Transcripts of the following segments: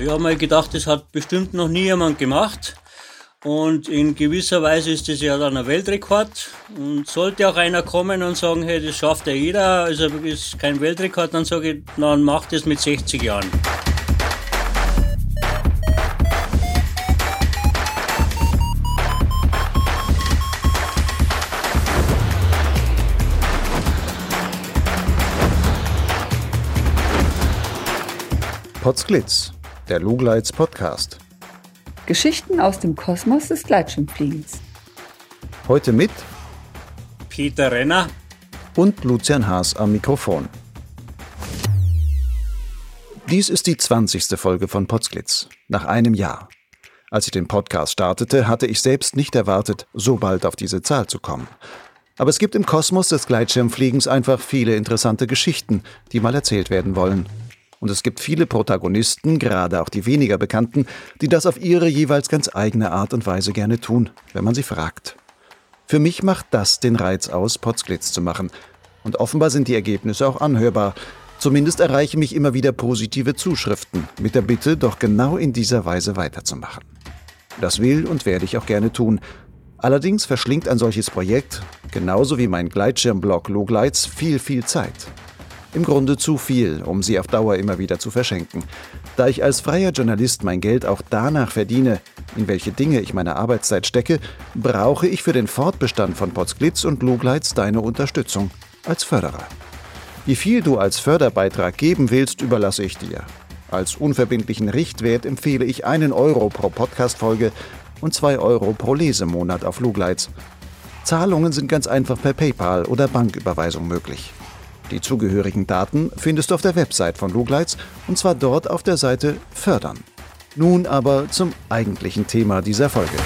Ich habe mir gedacht, das hat bestimmt noch nie jemand gemacht. Und in gewisser Weise ist das ja dann ein Weltrekord. Und sollte auch einer kommen und sagen, hey, das schafft ja jeder, also ist kein Weltrekord, dann sage ich, dann mach das mit 60 Jahren. Potsglitz, der Lugleits Podcast. Geschichten aus dem Kosmos des Gleitschirmfliegens. Heute mit Peter Renner und Lucian Haas am Mikrofon. Dies ist die 20. Folge von Potsglitz, nach einem Jahr. Als ich den Podcast startete, hatte ich selbst nicht erwartet, so bald auf diese Zahl zu kommen. Aber es gibt im Kosmos des Gleitschirmfliegens einfach viele interessante Geschichten, die mal erzählt werden wollen. Und es gibt viele Protagonisten, gerade auch die weniger bekannten, die das auf ihre jeweils ganz eigene Art und Weise gerne tun, wenn man sie fragt. Für mich macht das den Reiz aus, Potsglitz zu machen. Und offenbar sind die Ergebnisse auch anhörbar. Zumindest erreichen mich immer wieder positive Zuschriften, mit der Bitte, doch genau in dieser Weise weiterzumachen. Das will und werde ich auch gerne tun. Allerdings verschlingt ein solches Projekt, genauso wie mein Gleitschirmblog Lugleits, viel Zeit. Im Grunde zu viel, um sie auf Dauer immer wieder zu verschenken. Da ich als freier Journalist mein Geld auch danach verdiene, in welche Dinge ich meine Arbeitszeit stecke, brauche ich für den Fortbestand von Potsglitz und Lugleits deine Unterstützung als Förderer. Wie viel du als Förderbeitrag geben willst, überlasse ich dir. Als unverbindlichen Richtwert empfehle ich 1 Euro pro Podcast-Folge und 2 Euro pro Lesemonat auf Lugleits. Zahlungen sind ganz einfach per PayPal oder Banküberweisung möglich. Die zugehörigen Daten findest du auf der Website von Lugleits, und zwar dort auf der Seite Fördern. Nun aber zum eigentlichen Thema dieser Folge.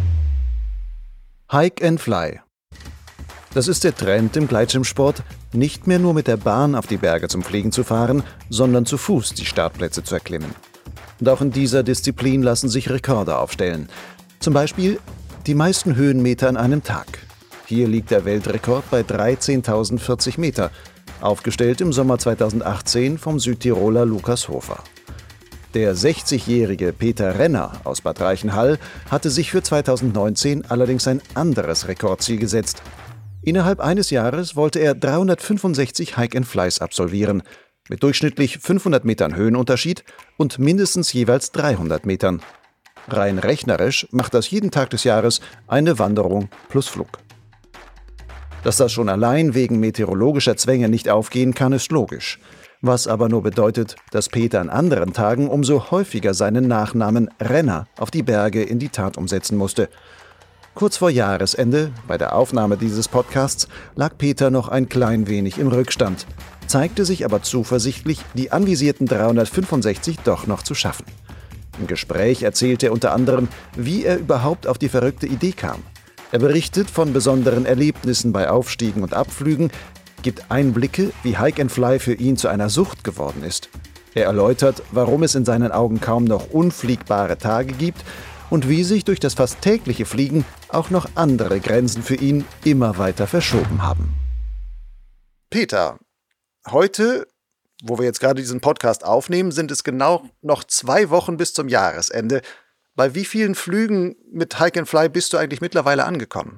Hike and Fly. Das ist der Trend im Gleitschirmsport, nicht mehr nur mit der Bahn auf die Berge zum Fliegen zu fahren, sondern zu Fuß die Startplätze zu erklimmen. Und auch in dieser Disziplin lassen sich Rekorde aufstellen. Zum Beispiel die meisten Höhenmeter an einem Tag. Hier liegt der Weltrekord bei 13.040 Meter. Aufgestellt im Sommer 2018 vom Südtiroler Lukas Hofer. Der 60-jährige Peter Renner aus Bad Reichenhall hatte sich für 2019 allerdings ein anderes Rekordziel gesetzt. Innerhalb eines Jahres wollte er 365 Hike-and-Flys absolvieren, mit durchschnittlich 500 Metern Höhenunterschied und mindestens jeweils 300 Metern. Rein rechnerisch macht das jeden Tag des Jahres eine Wanderung plus Flug. Dass das schon allein wegen meteorologischer Zwänge nicht aufgehen kann, ist logisch. Was aber nur bedeutet, dass Peter an anderen Tagen umso häufiger seinen Nachnamen Renner auf die Berge in die Tat umsetzen musste. Kurz vor Jahresende, bei der Aufnahme dieses Podcasts, lag Peter noch ein klein wenig im Rückstand, zeigte sich aber zuversichtlich, die anvisierten 365 doch noch zu schaffen. Im Gespräch erzählte er unter anderem, wie er überhaupt auf die verrückte Idee kam. Er berichtet von besonderen Erlebnissen bei Aufstiegen und Abflügen, gibt Einblicke, wie Hike and Fly für ihn zu einer Sucht geworden ist. Er erläutert, warum es in seinen Augen kaum noch unfliegbare Tage gibt und wie sich durch das fast tägliche Fliegen auch noch andere Grenzen für ihn immer weiter verschoben haben. Peter, heute, wo wir jetzt gerade diesen Podcast aufnehmen, sind es genau noch 2 Wochen bis zum Jahresende. Bei wie vielen Flügen mit Hike and Fly bist du eigentlich mittlerweile angekommen?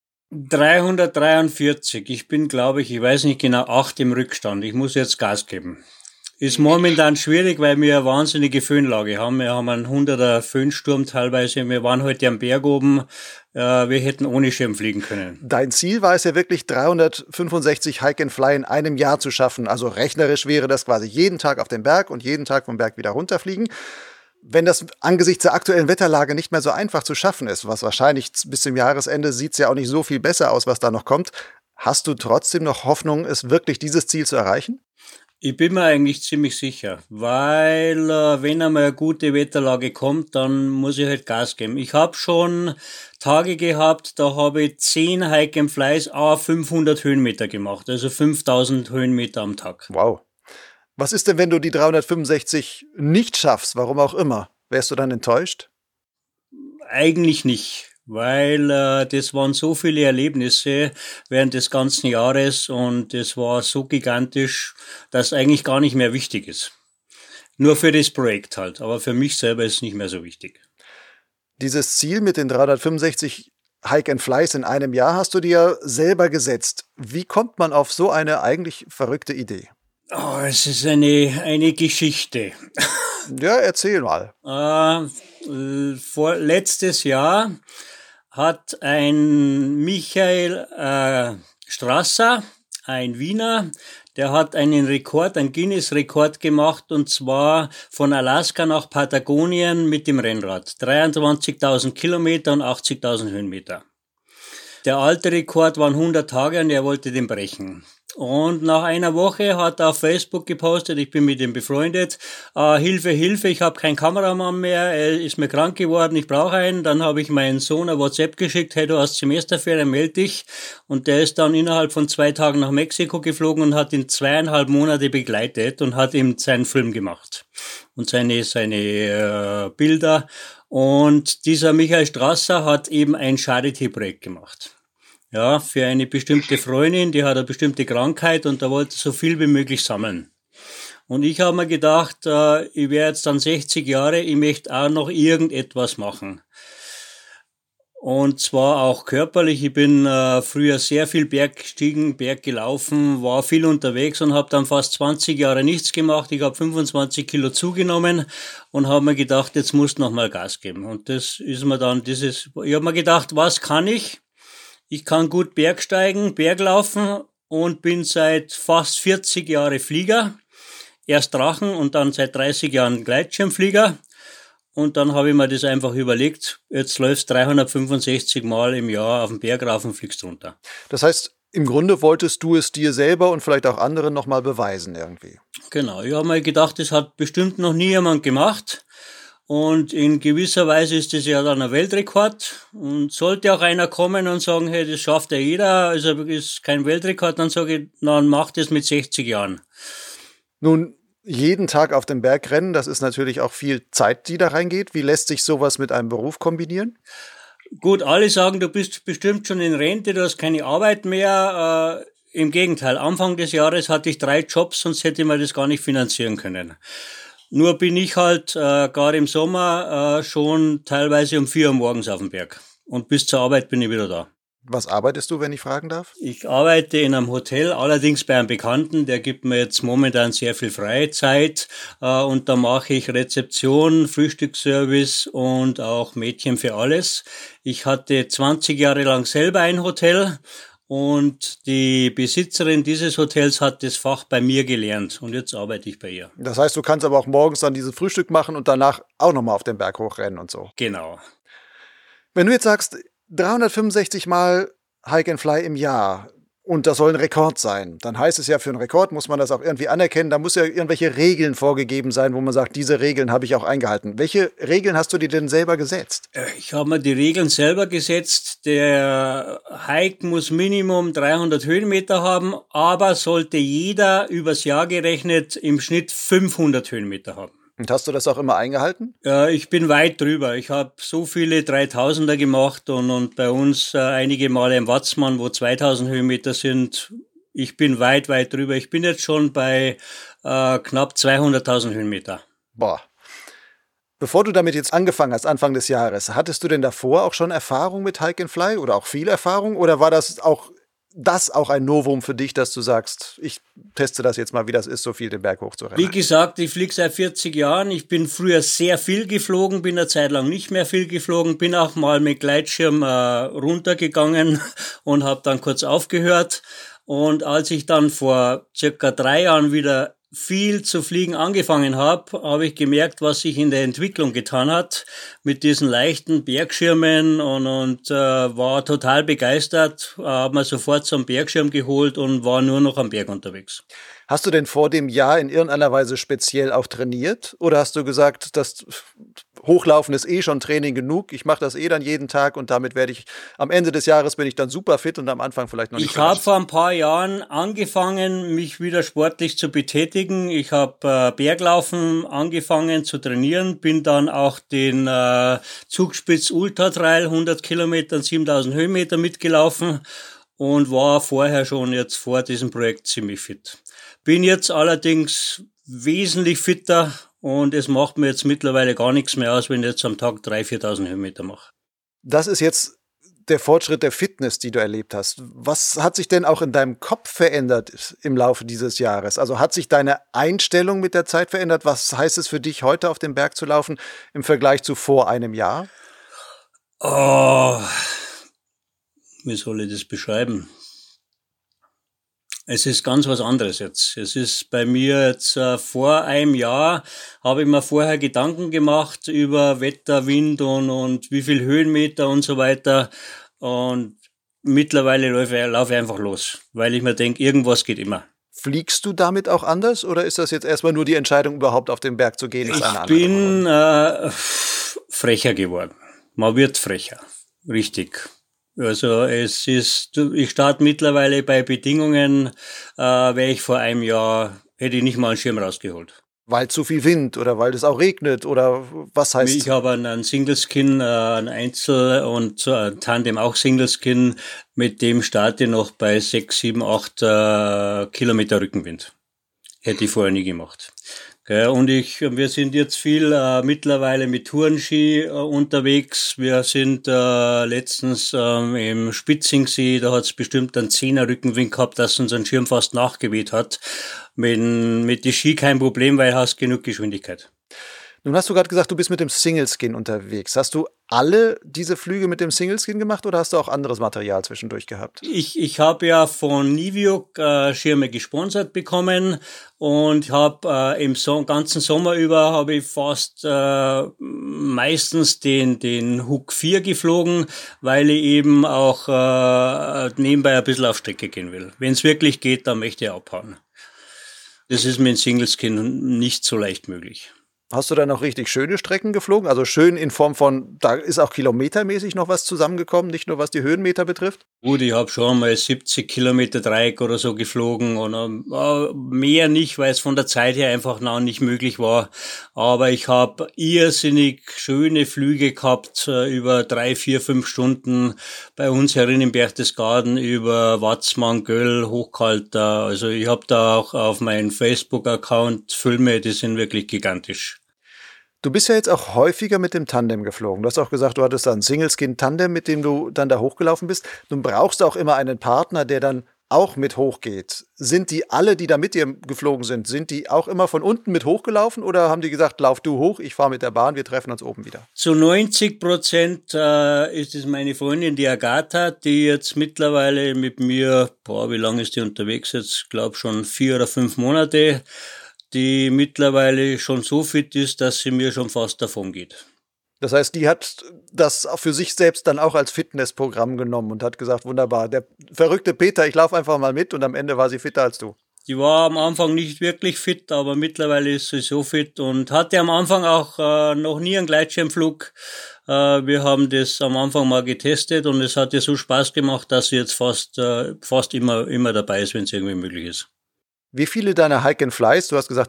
343. Ich bin, glaube ich weiß nicht genau, 8 im Rückstand. Ich muss jetzt Gas geben. Ist momentan schwierig, weil wir eine wahnsinnige Föhnlage haben. Wir haben einen 100er Föhnsturm teilweise. Wir waren heute am Berg oben. Wir hätten ohne Schirm fliegen können. Dein Ziel war es ja wirklich, 365 Hike and Fly in einem Jahr zu schaffen. Also rechnerisch wäre das quasi jeden Tag auf den Berg und jeden Tag vom Berg wieder runterfliegen. Wenn das angesichts der aktuellen Wetterlage nicht mehr so einfach zu schaffen ist, was wahrscheinlich bis zum Jahresende sieht es ja auch nicht so viel besser aus, was da noch kommt, hast du trotzdem noch Hoffnung, es wirklich dieses Ziel zu erreichen? Ich bin mir eigentlich ziemlich sicher, weil wenn einmal eine gute Wetterlage kommt, dann muss ich halt Gas geben. Ich habe schon Tage gehabt, da habe ich 10 Hike and Flys, 500 Höhenmeter gemacht, also 5000 Höhenmeter am Tag. Wow. Was ist denn, wenn du die 365 nicht schaffst, warum auch immer? Wärst du dann enttäuscht? Eigentlich nicht, weil das waren so viele Erlebnisse während des ganzen Jahres und es war so gigantisch, dass eigentlich gar nicht mehr wichtig ist. Nur für das Projekt halt, aber für mich selber ist es nicht mehr so wichtig. Dieses Ziel mit den 365 Hike and Flies in einem Jahr hast du dir selber gesetzt. Wie kommt man auf so eine eigentlich verrückte Idee? Oh, es ist eine Geschichte. Ja, erzähl mal. Letztes Jahr hat ein Michael Strasser, ein Wiener, der hat einen Guinness-Rekord gemacht, und zwar von Alaska nach Patagonien mit dem Rennrad. 23.000 Kilometer und 80.000 Höhenmeter. Der alte Rekord waren 100 Tage und er wollte den brechen. Und nach einer Woche hat er auf Facebook gepostet, ich bin mit ihm befreundet, Hilfe, Hilfe, ich habe keinen Kameramann mehr, er ist mir krank geworden, ich brauche einen. Dann habe ich meinen Sohn ein WhatsApp geschickt, hey, du hast Semesterferien, melde dich. Und der ist dann innerhalb von 2 Tagen nach Mexiko geflogen und hat ihn 2,5 Monate begleitet und hat ihm seinen Film gemacht und seine Bilder. Und dieser Michael Strasser hat eben ein Charity-Projekt gemacht. Ja, für eine bestimmte Freundin, die hat eine bestimmte Krankheit und da wollte so viel wie möglich sammeln. Und ich habe mir gedacht, ich wäre jetzt dann 60 Jahre, ich möchte auch noch irgendetwas machen. Und zwar auch körperlich. Ich bin früher sehr viel Berg gestiegen, Berg gelaufen, war viel unterwegs und habe dann fast 20 Jahre nichts gemacht. Ich habe 25 Kilo zugenommen und habe mir gedacht, jetzt musst du noch mal Gas geben. Und das ist mir dann ich habe mir gedacht, was kann ich? Ich kann gut Bergsteigen, Berglaufen und bin seit fast 40 Jahren Flieger. Erst Drachen und dann seit 30 Jahren Gleitschirmflieger. Und dann habe ich mir das einfach überlegt, jetzt läufst 365 Mal im Jahr auf den Berg rauf und fliegst runter. Das heißt, im Grunde wolltest du es dir selber und vielleicht auch anderen nochmal beweisen irgendwie. Genau, ich habe mir gedacht, das hat bestimmt noch nie jemand gemacht. Und in gewisser Weise ist das ja dann ein Weltrekord. Und sollte auch einer kommen und sagen, hey, das schafft ja jeder, also ist kein Weltrekord, dann sage ich, dann mach das mit 60 Jahren. Nun, jeden Tag auf dem Berg rennen, das ist natürlich auch viel Zeit, die da reingeht. Wie lässt sich sowas mit einem Beruf kombinieren? Gut, alle sagen, du bist bestimmt schon in Rente, du hast keine Arbeit mehr. Im Gegenteil, Anfang des Jahres hatte ich 3 Jobs, sonst hätte ich mir das gar nicht finanzieren können. Nur bin ich halt gerade im Sommer schon teilweise um 4 Uhr morgens auf dem Berg. Und bis zur Arbeit bin ich wieder da. Was arbeitest du, wenn ich fragen darf? Ich arbeite in einem Hotel, allerdings bei einem Bekannten, der gibt mir jetzt momentan sehr viel Freizeit. Und da mache ich Rezeption, Frühstücksservice und auch Mädchen für alles. Ich hatte 20 Jahre lang selber ein Hotel. Und die Besitzerin dieses Hotels hat das Fach bei mir gelernt und jetzt arbeite ich bei ihr. Das heißt, du kannst aber auch morgens dann dieses Frühstück machen und danach auch nochmal auf den Berg hochrennen und so. Genau. Wenn du jetzt sagst, 365 Mal Hike and Fly im Jahr und das soll ein Rekord sein, dann heißt es ja, für einen Rekord muss man das auch irgendwie anerkennen. Da muss ja irgendwelche Regeln vorgegeben sein, wo man sagt, diese Regeln habe ich auch eingehalten. Welche Regeln hast du dir denn selber gesetzt? Ich habe mir die Regeln selber gesetzt. Der Hike muss Minimum 300 Höhenmeter haben, aber sollte jeder übers Jahr gerechnet im Schnitt 500 Höhenmeter haben. Und hast du das auch immer eingehalten? Ja, ich bin weit drüber. Ich habe so viele 3000er gemacht und bei uns einige Male im Watzmann, wo 2000 Höhenmeter sind. Ich bin weit drüber. Ich bin jetzt schon bei knapp 200.000 Höhenmeter. Boah. Bevor du damit jetzt angefangen hast, Anfang des Jahres, hattest du denn davor auch schon Erfahrung mit Hike and Fly oder auch viel Erfahrung? Oder war das auch ein Novum für dich, dass du sagst, ich teste das jetzt mal, wie das ist, so viel den Berg hochzurennen? Wie gesagt, ich fliege seit 40 Jahren. Ich bin früher sehr viel geflogen, bin eine Zeit lang nicht mehr viel geflogen, bin auch mal mit Gleitschirm runtergegangen und habe dann kurz aufgehört. Und als ich dann vor circa 3 Jahren wieder viel zu fliegen angefangen habe ich gemerkt, was sich in der Entwicklung getan hat mit diesen leichten Bergschirmen und war total begeistert, habe mir sofort so einen Bergschirm geholt und war nur noch am Berg unterwegs. Hast du denn vor dem Jahr in irgendeiner Weise speziell auch trainiert? Oder hast du gesagt, das Hochlaufen ist schon Training genug, ich mache das dann jeden Tag und damit werde ich, am Ende des Jahres bin ich dann super fit und am Anfang vielleicht noch nicht. Ich habe vor ein paar Jahren angefangen, mich wieder sportlich zu betätigen. Ich habe Berglaufen angefangen zu trainieren, bin dann auch den Zugspitz Ultra Trail, 100 Kilometer, 7000 Höhenmeter mitgelaufen und war vorher schon jetzt vor diesem Projekt ziemlich fit. Bin jetzt allerdings wesentlich fitter Und es macht mir jetzt mittlerweile gar nichts mehr aus, wenn ich jetzt am Tag 3.000, 4.000 Höhenmeter mache. Das ist jetzt der Fortschritt der Fitness, die du erlebt hast. Was hat sich denn auch in deinem Kopf verändert im Laufe dieses Jahres? Also hat sich deine Einstellung mit der Zeit verändert? Was heißt es für dich, heute auf dem Berg zu laufen im Vergleich zu vor einem Jahr? Oh, wie soll ich das beschreiben? Es ist ganz was anderes jetzt. Es ist bei mir jetzt vor einem Jahr, habe ich mir vorher Gedanken gemacht über Wetter, Wind und wie viel Höhenmeter und so weiter. Und mittlerweile laufe ich einfach los, weil ich mir denke, irgendwas geht immer. Fliegst du damit auch anders oder ist das jetzt erstmal nur die Entscheidung, überhaupt auf den Berg zu gehen? Ich bin frecher geworden. Man wird frecher. Richtig. Also ich starte mittlerweile bei Bedingungen, wäre ich vor einem Jahr, hätte ich nicht mal einen Schirm rausgeholt. Weil zu viel Wind oder weil es auch regnet oder was heißt? Ich habe einen Singleskin, ein Einzel und Tandem auch Singleskin, mit dem starte ich noch bei 6, 7, 8 Kilometer Rückenwind. Hätte ich vorher nie gemacht. Und wir sind jetzt viel mittlerweile mit Tourenski unterwegs. Wir sind letztens im Spitzingsee, da hat es bestimmt einen 10er Rückenwind gehabt, dass uns ein Schirm fast nachgeweht hat. Mit den Ski kein Problem, weil du hast genug Geschwindigkeit. Nun hast du gerade gesagt, du bist mit dem Singleskin unterwegs. Hast du alle diese Flüge mit dem Singleskin gemacht oder hast du auch anderes Material zwischendurch gehabt? Ich habe ja von Niviuk Schirme gesponsert bekommen und habe im ganzen Sommer über habe ich fast meistens den Hook 4 geflogen, weil ich eben auch nebenbei ein bisschen auf Strecke gehen will. Wenn es wirklich geht, dann möchte ich abhauen. Das ist mit dem Singleskin nicht so leicht möglich. Hast du dann auch richtig schöne Strecken geflogen? Also schön in Form von, da ist auch kilometermäßig noch was zusammengekommen, nicht nur was die Höhenmeter betrifft? Gut, ich habe schon mal 70 Kilometer Dreieck oder so geflogen und mehr nicht, weil es von der Zeit her einfach noch nicht möglich war. Aber ich habe irrsinnig schöne Flüge gehabt, über 3, 4, 5 Stunden bei uns herin im Berchtesgaden, über Watzmann, Göll, Hochkalter. Also ich habe da auch auf meinem Facebook-Account Filme, die sind wirklich gigantisch. Du bist ja jetzt auch häufiger mit dem Tandem geflogen. Du hast auch gesagt, du hattest da ein Singleskin-Tandem, mit dem du dann da hochgelaufen bist. Nun brauchst du auch immer einen Partner, der dann auch mit hochgeht. Sind die alle, die da mit dir geflogen sind die auch immer von unten mit hochgelaufen oder haben die gesagt, lauf du hoch, ich fahre mit der Bahn, wir treffen uns oben wieder? Zu 90% ist es meine Freundin, die Agatha, die jetzt mittlerweile mit mir, wie lange ist die unterwegs jetzt? Ich glaube schon 4 oder 5 Monate, die mittlerweile schon so fit ist, dass sie mir schon fast davon geht. Das heißt, die hat das für sich selbst dann auch als Fitnessprogramm genommen und hat gesagt, wunderbar, der verrückte Peter, ich laufe einfach mal mit und am Ende war sie fitter als du. Die war am Anfang nicht wirklich fit, aber mittlerweile ist sie so fit und hatte am Anfang auch noch nie einen Gleitschirmflug. Wir haben das am Anfang mal getestet und es hat ihr so Spaß gemacht, dass sie jetzt fast immer dabei ist, wenn es irgendwie möglich ist. Wie viele deiner Hike and Flies, du hast gesagt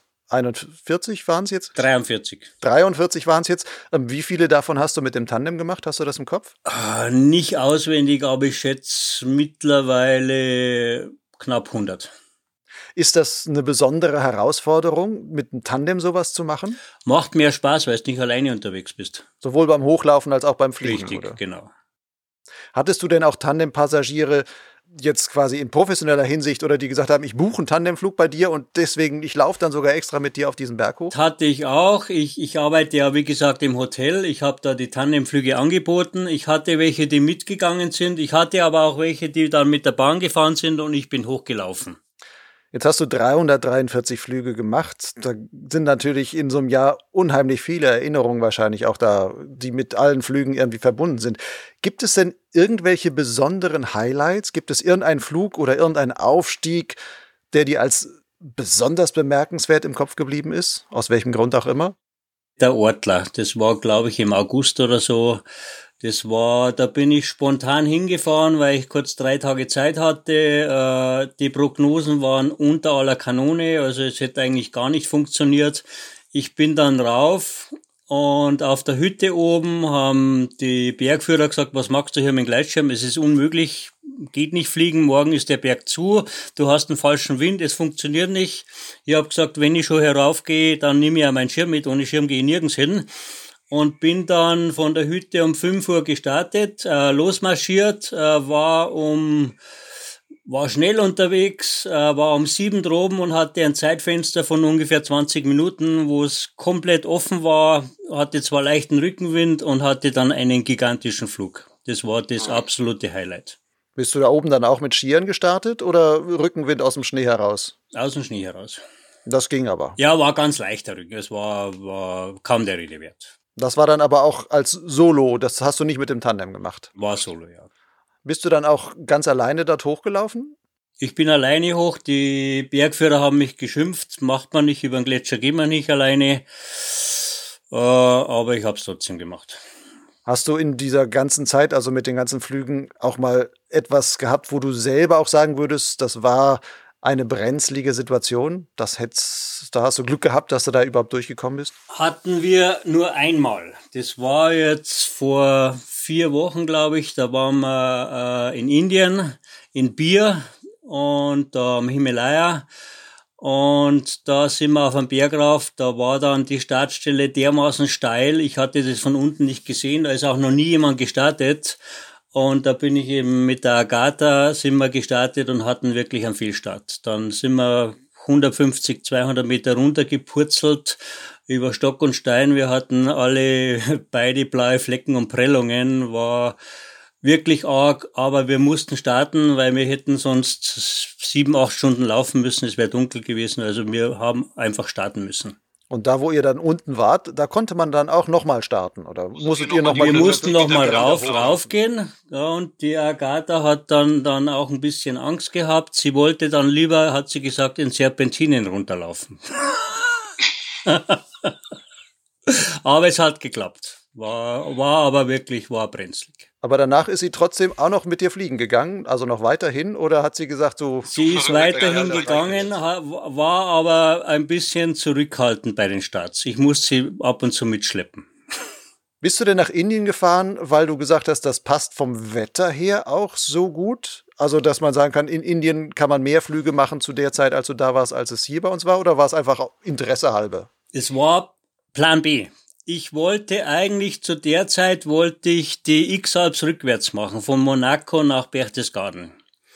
341 waren es jetzt? 43. 43 waren es jetzt. Wie viele davon hast du mit dem Tandem gemacht? Hast du das im Kopf? Nicht auswendig, aber ich schätze mittlerweile knapp 100. Ist das eine besondere Herausforderung, mit einem Tandem sowas zu machen? Macht mehr Spaß, weil du nicht alleine unterwegs bist. Sowohl beim Hochlaufen als auch beim Fliegen, Richtig, oder? Genau. Hattest du denn auch Tandem-Passagiere jetzt quasi in professioneller Hinsicht oder die gesagt haben, ich buche einen Tandemflug bei dir und deswegen, ich laufe dann sogar extra mit dir auf diesen Berg hoch? Hatte ich auch. Ich arbeite ja, wie gesagt, im Hotel. Ich habe da die Tandemflüge angeboten. Ich hatte welche, die mitgegangen sind. Ich hatte aber auch welche, die dann mit der Bahn gefahren sind und ich bin hochgelaufen. Jetzt hast du 343 Flüge gemacht. Da sind natürlich in so einem Jahr unheimlich viele Erinnerungen wahrscheinlich auch da, die mit allen Flügen irgendwie verbunden sind. Gibt es denn irgendwelche besonderen Highlights? Gibt es irgendeinen Flug oder irgendeinen Aufstieg, der dir als besonders bemerkenswert im Kopf geblieben ist? Aus welchem Grund auch immer? Der Ortler, das war, glaube ich, im August oder so. Da bin ich spontan hingefahren, weil ich kurz 3 Tage Zeit hatte. Die Prognosen waren unter aller Kanone, also es hätte eigentlich gar nicht funktioniert. Ich bin dann rauf und auf der Hütte oben haben die Bergführer gesagt, was machst du hier mit dem Gleitschirm? Es ist unmöglich, geht nicht fliegen, morgen ist der Berg zu, du hast einen falschen Wind, es funktioniert nicht. Ich habe gesagt, wenn ich schon heraufgehe, dann nehme ich auch meinen Schirm mit, ohne Schirm gehe ich nirgends hin. Und bin dann von der Hütte um 5 Uhr gestartet, losmarschiert, war schnell unterwegs, war um 7 droben und hatte ein Zeitfenster von ungefähr 20 Minuten, wo es komplett offen war, hatte zwar leichten Rückenwind und hatte dann einen gigantischen Flug. Das war das absolute Highlight. Bist du da oben dann auch mit Skiern gestartet oder Rückenwind aus dem Schnee heraus? Aus dem Schnee heraus. Das ging aber. Ja, war ganz leichter Rücken. Es war kaum der Rede wert. Das war dann aber auch als Solo, das hast du nicht mit dem Tandem gemacht? War Solo, ja. Bist du dann auch ganz alleine dort hochgelaufen? Ich bin alleine hoch, die Bergführer haben mich geschimpft, macht man nicht, über den Gletscher geht man nicht alleine, aber ich habe es trotzdem gemacht. Hast du in dieser ganzen Zeit, also mit den ganzen Flügen, auch mal etwas gehabt, wo du selber auch sagen würdest, das war eine brenzlige Situation? Da hast du Glück gehabt, dass du da überhaupt durchgekommen bist? Hatten wir nur einmal. Das war jetzt vor 4 Wochen, glaube ich. Da waren wir in Indien, in Bir und am Himalaya. Und da sind wir auf einem Berg rauf. Da war dann die Startstelle dermaßen steil. Ich hatte das von unten nicht gesehen. Da ist auch noch nie jemand gestartet. Und da bin ich eben mit der Agatha sind wir gestartet und hatten wirklich einen Fehlstart. Dann sind wir 150, 200 Meter runtergepurzelt über Stock und Stein. Wir hatten beide blaue Flecken und Prellungen. War wirklich arg, aber wir mussten starten, weil wir hätten sonst 7, 8 Stunden laufen müssen. Es wäre dunkel gewesen. Also wir haben einfach starten müssen. Und da, wo ihr dann unten wart, da konnte man dann auch nochmal starten? Oder musstet ihr nochmal? Wir mussten nochmal raufgehen. Ja, und die Agatha hat dann auch ein bisschen Angst gehabt. Sie wollte dann lieber, hat sie gesagt, in Serpentinen runterlaufen. Aber es hat geklappt. War brenzlig. Aber danach ist sie trotzdem auch noch mit dir fliegen gegangen, also noch weiterhin, oder hat sie gesagt, so... Sie ist weiterhin gegangen, war aber ein bisschen zurückhaltend bei den Starts. Ich musste sie ab und zu mitschleppen. Bist du denn nach Indien gefahren, weil du gesagt hast, das passt vom Wetter her auch so gut? Also, dass man sagen kann, in Indien kann man mehr Flüge machen zu der Zeit, als du da warst, als es hier bei uns war? Oder war es einfach Interesse halber? Es war Plan B. Ich wollte eigentlich zu der Zeit die X-Alps rückwärts machen, von Monaco nach Berchtesgaden.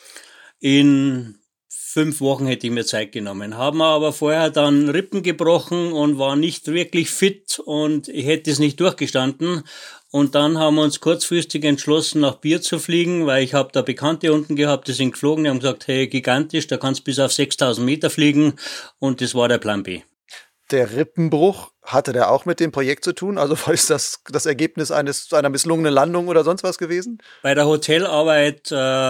In 5 Wochen hätte ich mir Zeit genommen. Haben wir aber vorher dann Rippen gebrochen und war nicht wirklich fit und ich hätte es nicht durchgestanden. Und dann haben wir uns kurzfristig entschlossen, nach Bir zu fliegen, weil ich habe da Bekannte unten gehabt, die sind geflogen, die haben gesagt, hey, gigantisch, da kannst du bis auf 6000 Meter fliegen und das war der Plan B. Der Rippenbruch, hatte der auch mit dem Projekt zu tun? Also ist das Ergebnis einer misslungenen Landung oder sonst was gewesen? Bei der Hotelarbeit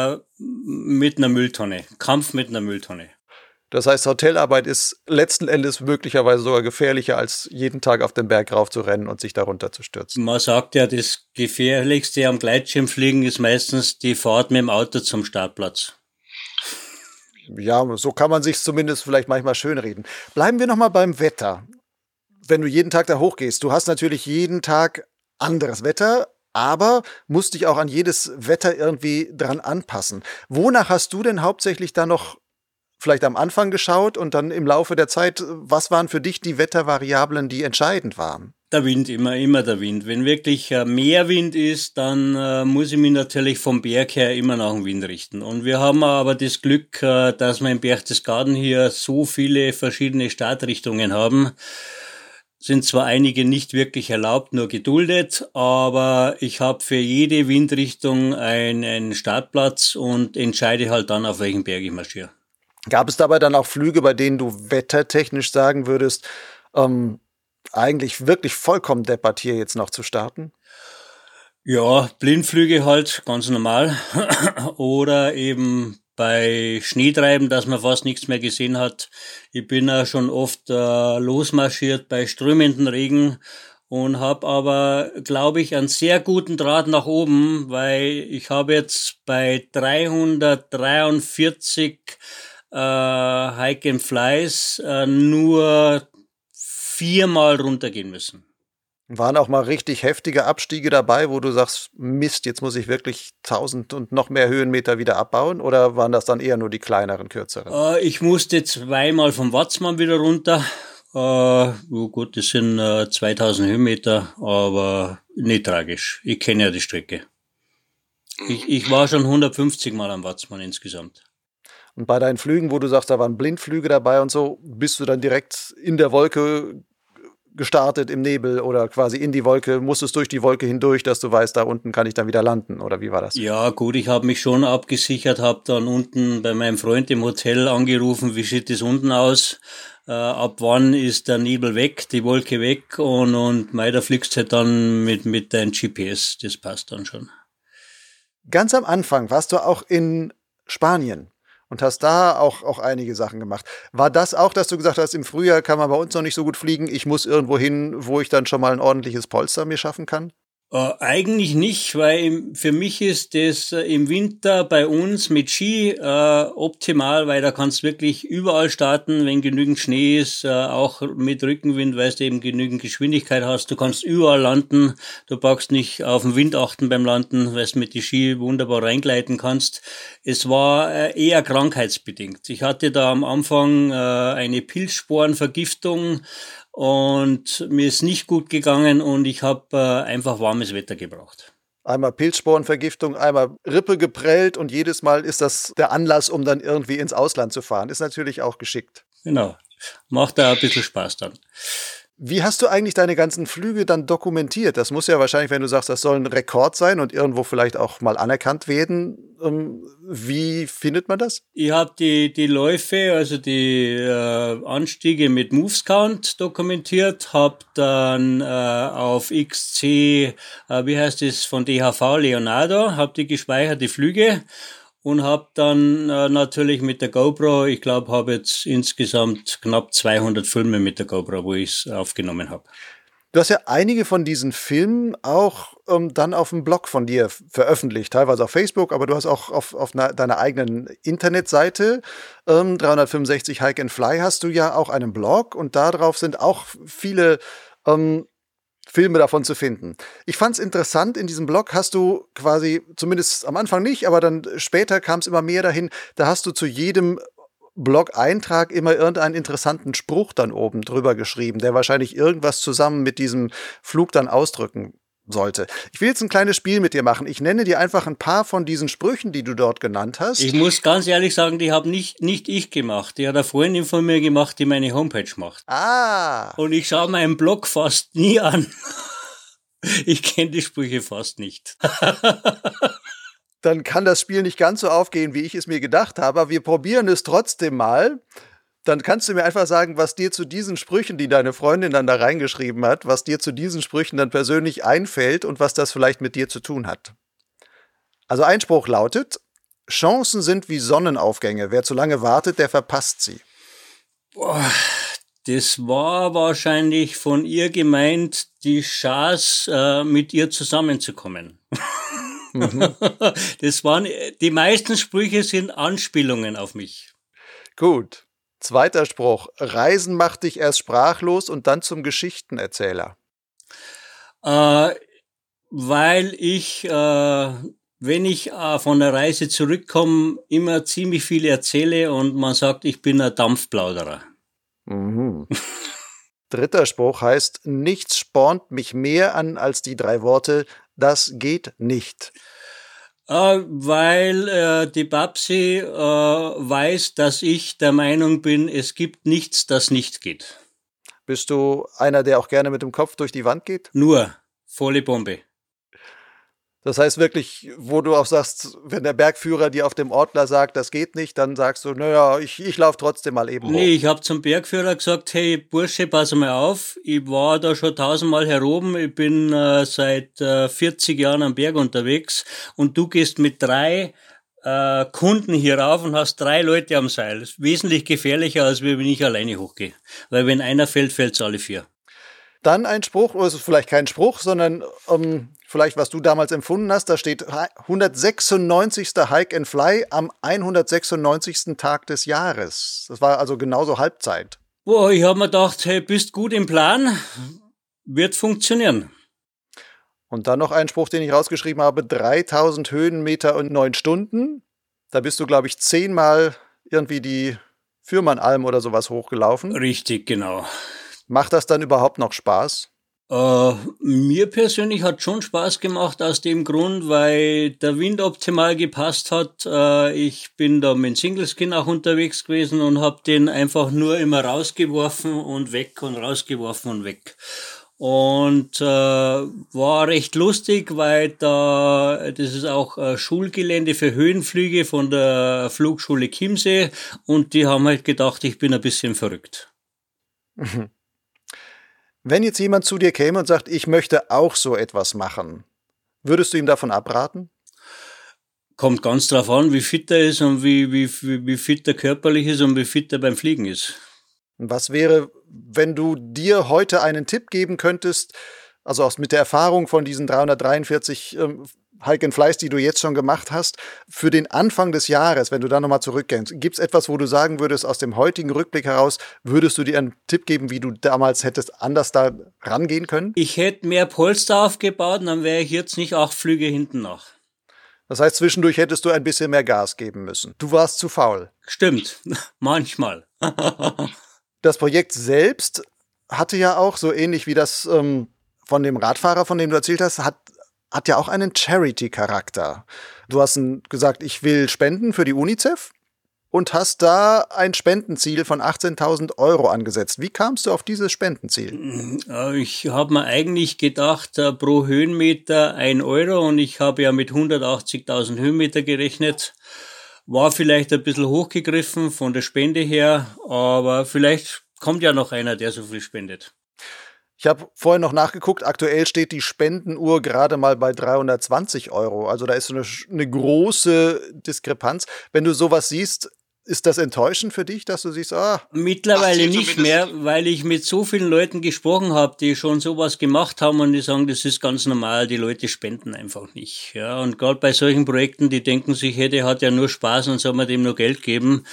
mit einer Mülltonne, Kampf mit einer Mülltonne. Das heißt, Hotelarbeit ist letzten Endes möglicherweise sogar gefährlicher, als jeden Tag auf den Berg rauf zu rennen und sich darunter zu stürzen. Man sagt ja, das Gefährlichste am Gleitschirmfliegen ist meistens die Fahrt mit dem Auto zum Startplatz. Ja, so kann man sich zumindest vielleicht manchmal schönreden. Bleiben wir nochmal beim Wetter. Wenn du jeden Tag da hochgehst, du hast natürlich jeden Tag anderes Wetter, aber musst dich auch an jedes Wetter irgendwie dran anpassen. Wonach hast du denn hauptsächlich da noch vielleicht am Anfang geschaut und dann im Laufe der Zeit, was waren für dich die Wettervariablen, die entscheidend waren? Der Wind, immer der Wind. Wenn wirklich mehr Wind ist, dann muss ich mich natürlich vom Berg her immer nach dem Wind richten. Und wir haben aber das Glück, dass wir in Berchtesgaden hier so viele verschiedene Startrichtungen haben. Sind zwar einige nicht wirklich erlaubt, nur geduldet, aber ich habe für jede Windrichtung einen Startplatz und entscheide halt dann, auf welchen Berg ich marschiere. Gab es dabei dann auch Flüge, bei denen du wettertechnisch sagen würdest, eigentlich wirklich vollkommen deppert, hier jetzt noch zu starten? Ja, Blindflüge halt, ganz normal. Oder eben bei Schneetreiben, dass man fast nichts mehr gesehen hat. Ich bin ja schon oft losmarschiert bei strömenden Regen und habe aber, glaube ich, einen sehr guten Draht nach oben, weil ich habe jetzt bei 343 Hike and Flies nur 4-mal runtergehen müssen. Waren auch mal richtig heftige Abstiege dabei, wo du sagst, Mist, jetzt muss ich wirklich 1000 und noch mehr Höhenmeter wieder abbauen? Oder waren das dann eher nur die kleineren, kürzeren? Ich musste zweimal vom Watzmann wieder runter. Oh gut, das sind 2000 Höhenmeter, aber nicht tragisch. Ich kenne ja die Strecke. Ich war schon 150 Mal am Watzmann insgesamt. Und bei deinen Flügen, wo du sagst, da waren Blindflüge dabei und so, bist du dann direkt in der Wolke gestartet im Nebel oder quasi in die Wolke, musstest durch die Wolke hindurch, dass du weißt, da unten kann ich dann wieder landen, oder wie war das? Ja gut, ich habe mich schon abgesichert, habe dann unten bei meinem Freund im Hotel angerufen, wie sieht es unten aus, ab wann ist der Nebel weg, die Wolke weg und da fliegst du halt dann mit deinem GPS, das passt dann schon. Ganz am Anfang warst du auch in Spanien und hast da auch einige Sachen gemacht. War das auch, dass du gesagt hast, im Frühjahr kann man bei uns noch nicht so gut fliegen, ich muss irgendwo hin, wo ich dann schon mal ein ordentliches Polster mir schaffen kann? Eigentlich nicht, weil für mich ist das im Winter bei uns mit Ski optimal, weil da kannst du wirklich überall starten, wenn genügend Schnee ist, auch mit Rückenwind, weil du eben genügend Geschwindigkeit hast. Du kannst überall landen, du brauchst nicht auf den Wind achten beim Landen, weil du mit die Ski wunderbar reingleiten kannst. Es war eher krankheitsbedingt. Ich hatte da am Anfang eine Pilzsporenvergiftung, und mir ist nicht gut gegangen und ich habe einfach warmes Wetter gebraucht. Einmal Pilzsporenvergiftung, einmal Rippe geprellt und jedes Mal ist das der Anlass, um dann irgendwie ins Ausland zu fahren. Ist natürlich auch geschickt. Genau, macht da ein bisschen Spaß dann. Wie hast du eigentlich deine ganzen Flüge dann dokumentiert? Das muss ja wahrscheinlich, wenn du sagst, das soll ein Rekord sein und irgendwo vielleicht auch mal anerkannt werden. Wie findet man das? Ich habe die Läufe, also die Anstiege mit MoveScount dokumentiert, habe dann auf XC, wie heißt es, von DHV Leonardo, habe die gespeichert, die Flüge. Und habe dann natürlich mit der GoPro, ich glaube, habe jetzt insgesamt knapp 200 Filme mit der GoPro, wo ich es aufgenommen habe. Du hast ja einige von diesen Filmen auch dann auf dem Blog von dir veröffentlicht, teilweise auf Facebook, aber du hast auch auf deiner eigenen Internetseite 365 Hike and Fly hast du ja auch einen Blog und darauf sind auch viele Filme davon zu finden. Ich fand es interessant, in diesem Blog hast du quasi, zumindest am Anfang nicht, aber dann später kam es immer mehr dahin, da hast du zu jedem Blog-Eintrag immer irgendeinen interessanten Spruch dann oben drüber geschrieben, der wahrscheinlich irgendwas zusammen mit diesem Flug dann ausdrücken sollte. Ich will jetzt ein kleines Spiel mit dir machen. Ich nenne dir einfach ein paar von diesen Sprüchen, die du dort genannt hast. Ich muss ganz ehrlich sagen, die habe nicht ich gemacht. Die hat eine Freundin von mir gemacht, die meine Homepage macht. Ah. Und ich schaue meinen Blog fast nie an. Ich kenne die Sprüche fast nicht. Dann kann das Spiel nicht ganz so aufgehen, wie ich es mir gedacht habe. Aber wir probieren es trotzdem mal. Dann kannst du mir einfach sagen, was dir zu diesen Sprüchen, die deine Freundin dann da reingeschrieben hat, was dir zu diesen Sprüchen dann persönlich einfällt und was das vielleicht mit dir zu tun hat. Also ein Spruch lautet, Chancen sind wie Sonnenaufgänge. Wer zu lange wartet, der verpasst sie. Boah, das war wahrscheinlich von ihr gemeint, die Chance, mit ihr zusammenzukommen. Mhm. Die meisten Sprüche sind Anspielungen auf mich. Gut. Zweiter Spruch. Reisen macht dich erst sprachlos und dann zum Geschichtenerzähler. Weil ich, wenn ich von der Reise zurückkomme, immer ziemlich viel erzähle und man sagt, ich bin ein Dampfplauderer. Mhm. Dritter Spruch heißt, nichts spornt mich mehr an als die 3 Worte, das geht nicht. Weil die Babsi weiß, dass ich der Meinung bin, es gibt nichts, das nicht geht. Bist du einer, der auch gerne mit dem Kopf durch die Wand geht? Nur, volle Bombe. Das heißt wirklich, wo du auch sagst, wenn der Bergführer dir auf dem Ortler sagt, das geht nicht, dann sagst du, naja, ich laufe trotzdem mal eben hoch. Nee, ich habe zum Bergführer gesagt, hey Bursche, pass mal auf, ich war da schon 1000-mal heroben, ich bin seit 40 Jahren am Berg unterwegs und du gehst mit 3 Kunden hier rauf und hast 3 Leute am Seil. Das ist wesentlich gefährlicher, als wenn ich alleine hochgehe. Weil wenn einer fällt, fällt's alle 4. Dann ein Spruch, oder es ist vielleicht kein Spruch, sondern vielleicht, was du damals empfunden hast, da steht 196. Hike and Fly am 196. Tag des Jahres. Das war also genauso Halbzeit. Boah, ich habe mir gedacht, hey, bist gut im Plan. wird funktionieren. Und dann noch ein Spruch, den ich rausgeschrieben habe, 3000 Höhenmeter und 9 Stunden. Da bist du, glaube ich, 10-mal irgendwie die Fürmannalm oder sowas hochgelaufen. Richtig, genau. Macht das dann überhaupt noch Spaß? Mir persönlich hat schon Spaß gemacht aus dem Grund, weil der Wind optimal gepasst hat. Ich bin da mit dem Singleskin auch unterwegs gewesen und habe den einfach nur immer rausgeworfen und weg und rausgeworfen und weg. Und war recht lustig, weil das ist auch Schulgelände für Höhenflüge von der Flugschule Chiemsee und die haben halt gedacht, ich bin ein bisschen verrückt. Wenn jetzt jemand zu dir käme und sagt, ich möchte auch so etwas machen, würdest du ihm davon abraten? Kommt ganz drauf an, wie fit er ist und wie fit er körperlich ist und wie fit er beim Fliegen ist. Was wäre, wenn du dir heute einen Tipp geben könntest, also mit der Erfahrung von diesen 343 Hike and Flies, die du jetzt schon gemacht hast, für den Anfang des Jahres, wenn du da nochmal zurückgehst, gibt es etwas, wo du sagen würdest, aus dem heutigen Rückblick heraus, würdest du dir einen Tipp geben, wie du damals hättest anders da rangehen können? Ich hätte mehr Polster aufgebaut, dann wäre ich jetzt nicht 8 Flüge hinten nach. Das heißt, zwischendurch hättest du ein bisschen mehr Gas geben müssen. Du warst zu faul. Stimmt, manchmal. Das Projekt selbst hatte ja auch, so ähnlich wie das von dem Radfahrer, von dem du erzählt hast, hat ja auch einen Charity-Charakter. Du hast gesagt, ich will spenden für die UNICEF und hast da ein Spendenziel von 18.000 € angesetzt. Wie kamst du auf dieses Spendenziel? Ich habe mir eigentlich gedacht, pro Höhenmeter 1 € und ich habe ja mit 180.000 Höhenmeter gerechnet. War vielleicht ein bisschen hochgegriffen von der Spende her, aber vielleicht kommt ja noch einer, der so viel spendet. Ich habe vorhin noch nachgeguckt, aktuell steht die Spendenuhr gerade mal bei 320 €. Also da ist so eine große Diskrepanz. Wenn du sowas siehst, ist das enttäuschend für dich, dass du siehst, Mittlerweile nicht mehr, weil ich mit so vielen Leuten gesprochen habe, die schon sowas gemacht haben und die sagen, das ist ganz normal, die Leute spenden einfach nicht. Ja, und gerade bei solchen Projekten, die denken sich, hey, der hat ja nur Spaß und soll man dem nur Geld geben.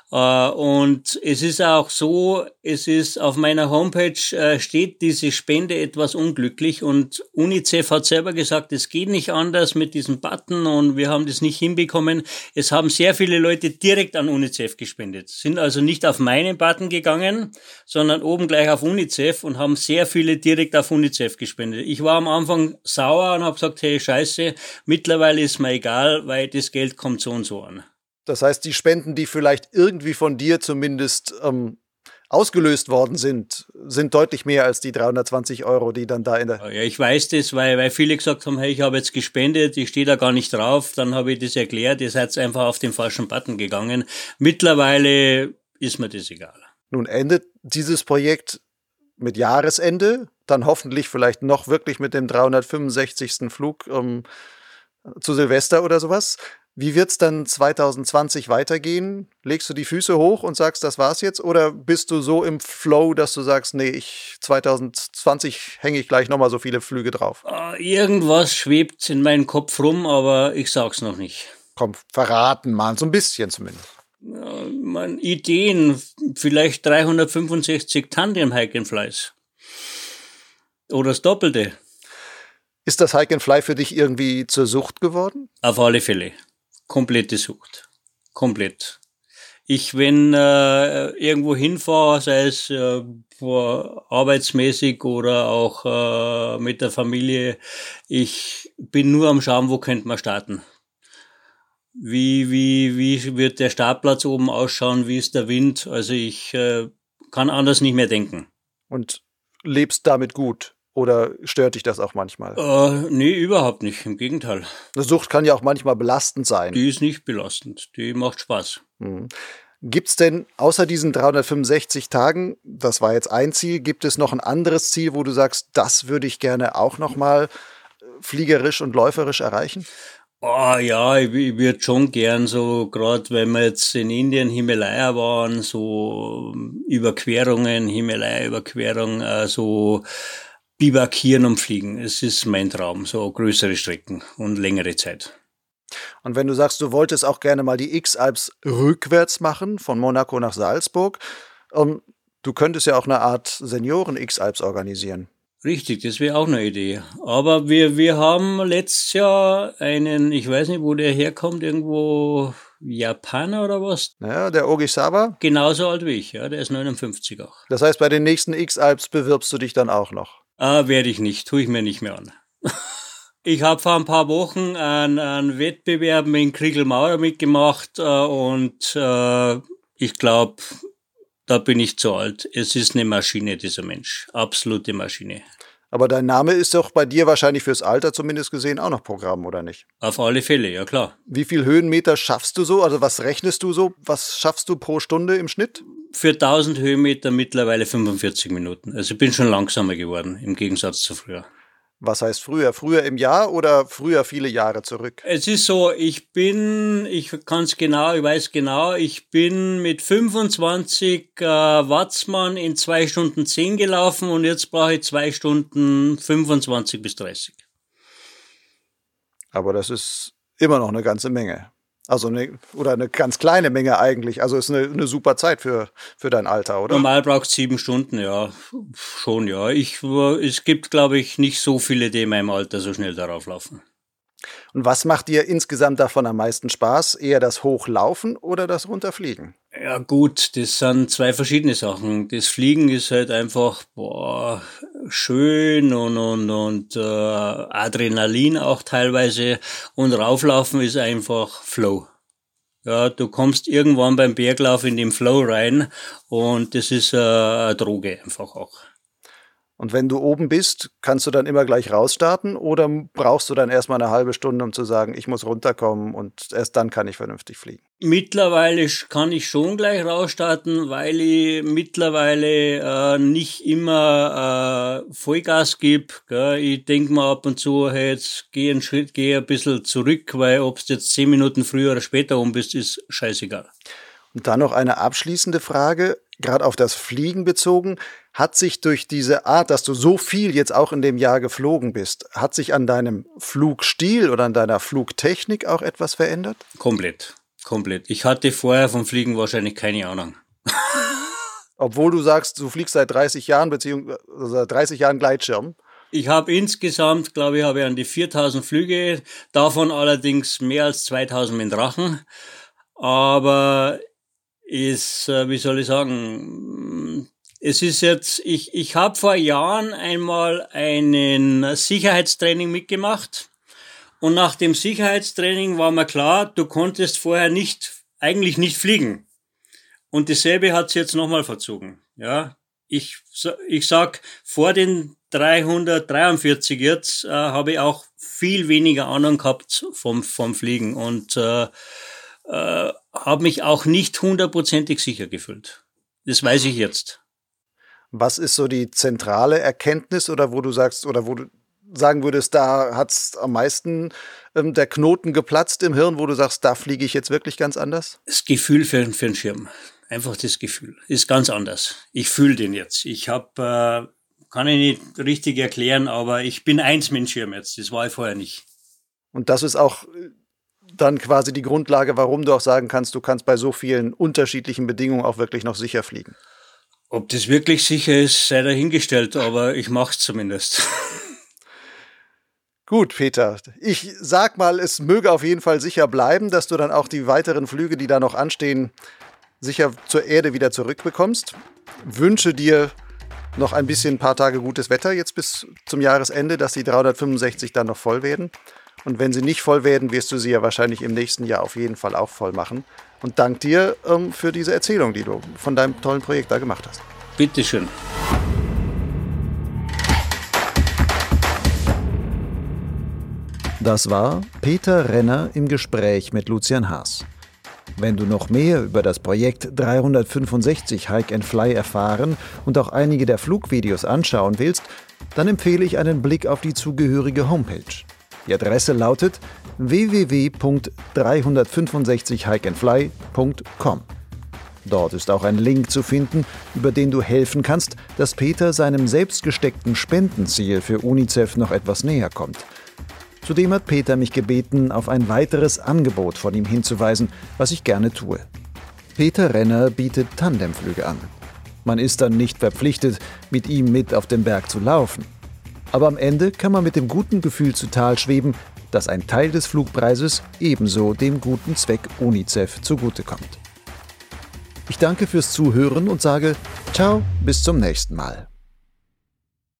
Und es ist auch so, es ist auf meiner Homepage steht diese Spende etwas unglücklich und UNICEF hat selber gesagt, es geht nicht anders mit diesem Button und wir haben das nicht hinbekommen. Es haben sehr viele Leute direkt an UNICEF gespendet, sind also nicht auf meinen Button gegangen, sondern oben gleich auf UNICEF und haben sehr viele direkt auf UNICEF gespendet. Ich war am Anfang sauer und habe gesagt, hey, scheiße, mittlerweile ist mir egal, weil das Geld kommt so und so an. Das heißt, die Spenden, die vielleicht irgendwie von dir zumindest ausgelöst worden sind deutlich mehr als die 320 €, die dann da in der... Ja, ich weiß das, weil viele gesagt haben, hey, ich habe jetzt gespendet, ich stehe da gar nicht drauf. Dann habe ich das erklärt, ihr seid einfach auf den falschen Button gegangen. Mittlerweile ist mir das egal. Nun endet dieses Projekt mit Jahresende, dann hoffentlich vielleicht noch wirklich mit dem 365. Flug zu Silvester oder sowas. Wie wird's dann 2020 weitergehen? Legst du die Füße hoch und sagst, das war's jetzt? Oder bist du so im Flow, dass du sagst, nee, 2020 hänge ich gleich nochmal so viele Flüge drauf? Irgendwas schwebt in meinem Kopf rum, aber ich sag's noch nicht. Komm, verraten mal, so ein bisschen zumindest. Ideen, vielleicht 365 Tandem Hike and Flies. Oder das Doppelte. Ist das Hike and Fly für dich irgendwie zur Sucht geworden? Auf alle Fälle. Komplette Sucht. Komplett. Wenn irgendwo hinfahre, sei es arbeitsmäßig oder auch mit der Familie, ich bin nur am Schauen, wo könnte man starten. Wie wird der Startplatz oben ausschauen? Wie ist der Wind? Also ich kann anders nicht mehr denken. Und lebst damit gut? Oder stört dich das auch manchmal? Nee, überhaupt nicht. Im Gegenteil. Eine Sucht kann ja auch manchmal belastend sein. Die ist nicht belastend. Die macht Spaß. Gibt's denn außer diesen 365 Tagen, das war jetzt ein Ziel, gibt es noch ein anderes Ziel, wo du sagst, das würde ich gerne auch noch mal fliegerisch und läuferisch erreichen? Ja, ich würde schon gern so, gerade wenn wir jetzt in Indien, Himalaya waren, so Überquerungen, Himalaya-Überquerung, so bivakieren und fliegen. Es ist mein Traum, so größere Strecken und längere Zeit. Und wenn du sagst, du wolltest auch gerne mal die X-Alps rückwärts machen, von Monaco nach Salzburg, du könntest ja auch eine Art Senioren-X-Alps organisieren. Richtig, das wäre auch eine Idee. Aber wir haben letztes Jahr einen, ich weiß nicht, wo der herkommt, irgendwo Japaner oder was? Ja, der Ogisawa. Genauso alt wie ich, ja, der ist 59 auch. Das heißt, bei den nächsten X-Alps bewirbst du dich dann auch noch? Werde ich nicht, tue ich mir nicht mehr an. Ich habe vor ein paar Wochen einen Wettbewerb mit Kriegelmauer mitgemacht und ich glaube, da bin ich zu alt. Es ist eine Maschine, dieser Mensch. Absolute Maschine. Aber dein Name ist doch bei dir wahrscheinlich fürs Alter zumindest gesehen auch noch Programm, oder nicht? Auf alle Fälle, ja klar. Wie viel Höhenmeter schaffst du so? Also was rechnest du so? Was schaffst du pro Stunde im Schnitt? Für 1000 Höhenmeter mittlerweile 45 Minuten. Also ich bin schon langsamer geworden, im Gegensatz zu früher. Was heißt früher? Früher im Jahr oder früher viele Jahre zurück? Es ist so, ich weiß genau, ich bin mit 25 Watzmann in 2 Stunden 10 gelaufen und jetzt brauche ich 2 Stunden 25 bis 30. Aber das ist immer noch eine ganze Menge. Also eine ganz kleine Menge eigentlich. Also ist eine super Zeit für dein Alter, oder? Normal braucht es 7 Stunden, ja. Schon, ja. Es gibt, glaube ich, nicht so viele, die in meinem Alter so schnell darauf laufen. Und was macht dir insgesamt davon am meisten Spaß? Eher das Hochlaufen oder das Runterfliegen? Ja gut, das sind 2 verschiedene Sachen. Das Fliegen ist halt einfach schön und Adrenalin auch teilweise und Rauflaufen ist einfach Flow. Ja, du kommst irgendwann beim Berglauf in den Flow rein und das ist eine Droge einfach auch. Und wenn du oben bist, kannst du dann immer gleich rausstarten oder brauchst du dann erstmal eine halbe Stunde, um zu sagen, ich muss runterkommen und erst dann kann ich vernünftig fliegen? Mittlerweile kann ich schon gleich rausstarten, weil ich mittlerweile nicht immer Vollgas gebe. Ich denke mal ab und zu, hey, jetzt geh ein bisschen zurück, weil ob du jetzt 10 Minuten früher oder später um bist, ist scheißegal. Und dann noch eine abschließende Frage, gerade auf das Fliegen bezogen. Hat sich durch diese Art, dass du so viel jetzt auch in dem Jahr geflogen bist, hat sich an deinem Flugstil oder an deiner Flugtechnik auch etwas verändert? Komplett. Ich hatte vorher vom Fliegen wahrscheinlich keine Ahnung. Obwohl du sagst, du fliegst seit 30 Jahren, beziehungsweise seit 30 Jahren Gleitschirm. Ich habe insgesamt, glaube ich, an die 4000 Flüge, davon allerdings mehr als 2000 mit Drachen. Aber wie soll ich sagen, es ist jetzt, ich habe vor Jahren einmal einen Sicherheitstraining mitgemacht und nach dem Sicherheitstraining war mir klar, du konntest vorher eigentlich nicht fliegen. Und dasselbe hat sich jetzt nochmal verzogen. Ja, ich sag, vor den 343 jetzt habe ich auch viel weniger Ahnung gehabt vom Fliegen und habe mich auch nicht 100% sicher gefühlt. Das weiß ich jetzt. Was ist so die zentrale Erkenntnis oder wo du sagst, oder wo du sagen würdest, da hat's am meisten der Knoten geplatzt im Hirn, wo du sagst, da fliege ich jetzt wirklich ganz anders? Das Gefühl für den Schirm. Einfach das Gefühl. Ist ganz anders. Ich fühle den jetzt. Kann ich nicht richtig erklären, aber ich bin eins mit dem Schirm jetzt. Das war ich vorher nicht. Und das ist auch dann quasi die Grundlage, warum du auch sagen kannst, du kannst bei so vielen unterschiedlichen Bedingungen auch wirklich noch sicher fliegen. Ob das wirklich sicher ist, sei dahingestellt, aber ich mach's zumindest. Gut, Peter. Ich sag mal, es möge auf jeden Fall sicher bleiben, dass du dann auch die weiteren Flüge, die da noch anstehen, sicher zur Erde wieder zurückbekommst. Wünsche dir noch ein paar Tage gutes Wetter jetzt bis zum Jahresende, dass die 365 dann noch voll werden. Und wenn sie nicht voll werden, wirst du sie ja wahrscheinlich im nächsten Jahr auf jeden Fall auch voll machen. Und dank dir für diese Erzählung, die du von deinem tollen Projekt da gemacht hast. Bitteschön. Das war Peter Renner im Gespräch mit Lucian Haas. Wenn du noch mehr über das Projekt 365 Hike and Fly erfahren und auch einige der Flugvideos anschauen willst, dann empfehle ich einen Blick auf die zugehörige Homepage. Die Adresse lautet www.365hikeandfly.com. Dort ist auch ein Link zu finden, über den du helfen kannst, dass Peter seinem selbst gesteckten Spendenziel für UNICEF noch etwas näher kommt. Zudem hat Peter mich gebeten, auf ein weiteres Angebot von ihm hinzuweisen, was ich gerne tue. Peter Renner bietet Tandemflüge an. Man ist dann nicht verpflichtet, mit ihm mit auf den Berg zu laufen. Aber am Ende kann man mit dem guten Gefühl zu Tal schweben, dass ein Teil des Flugpreises ebenso dem guten Zweck UNICEF zugutekommt. Ich danke fürs Zuhören und sage ciao, bis zum nächsten Mal.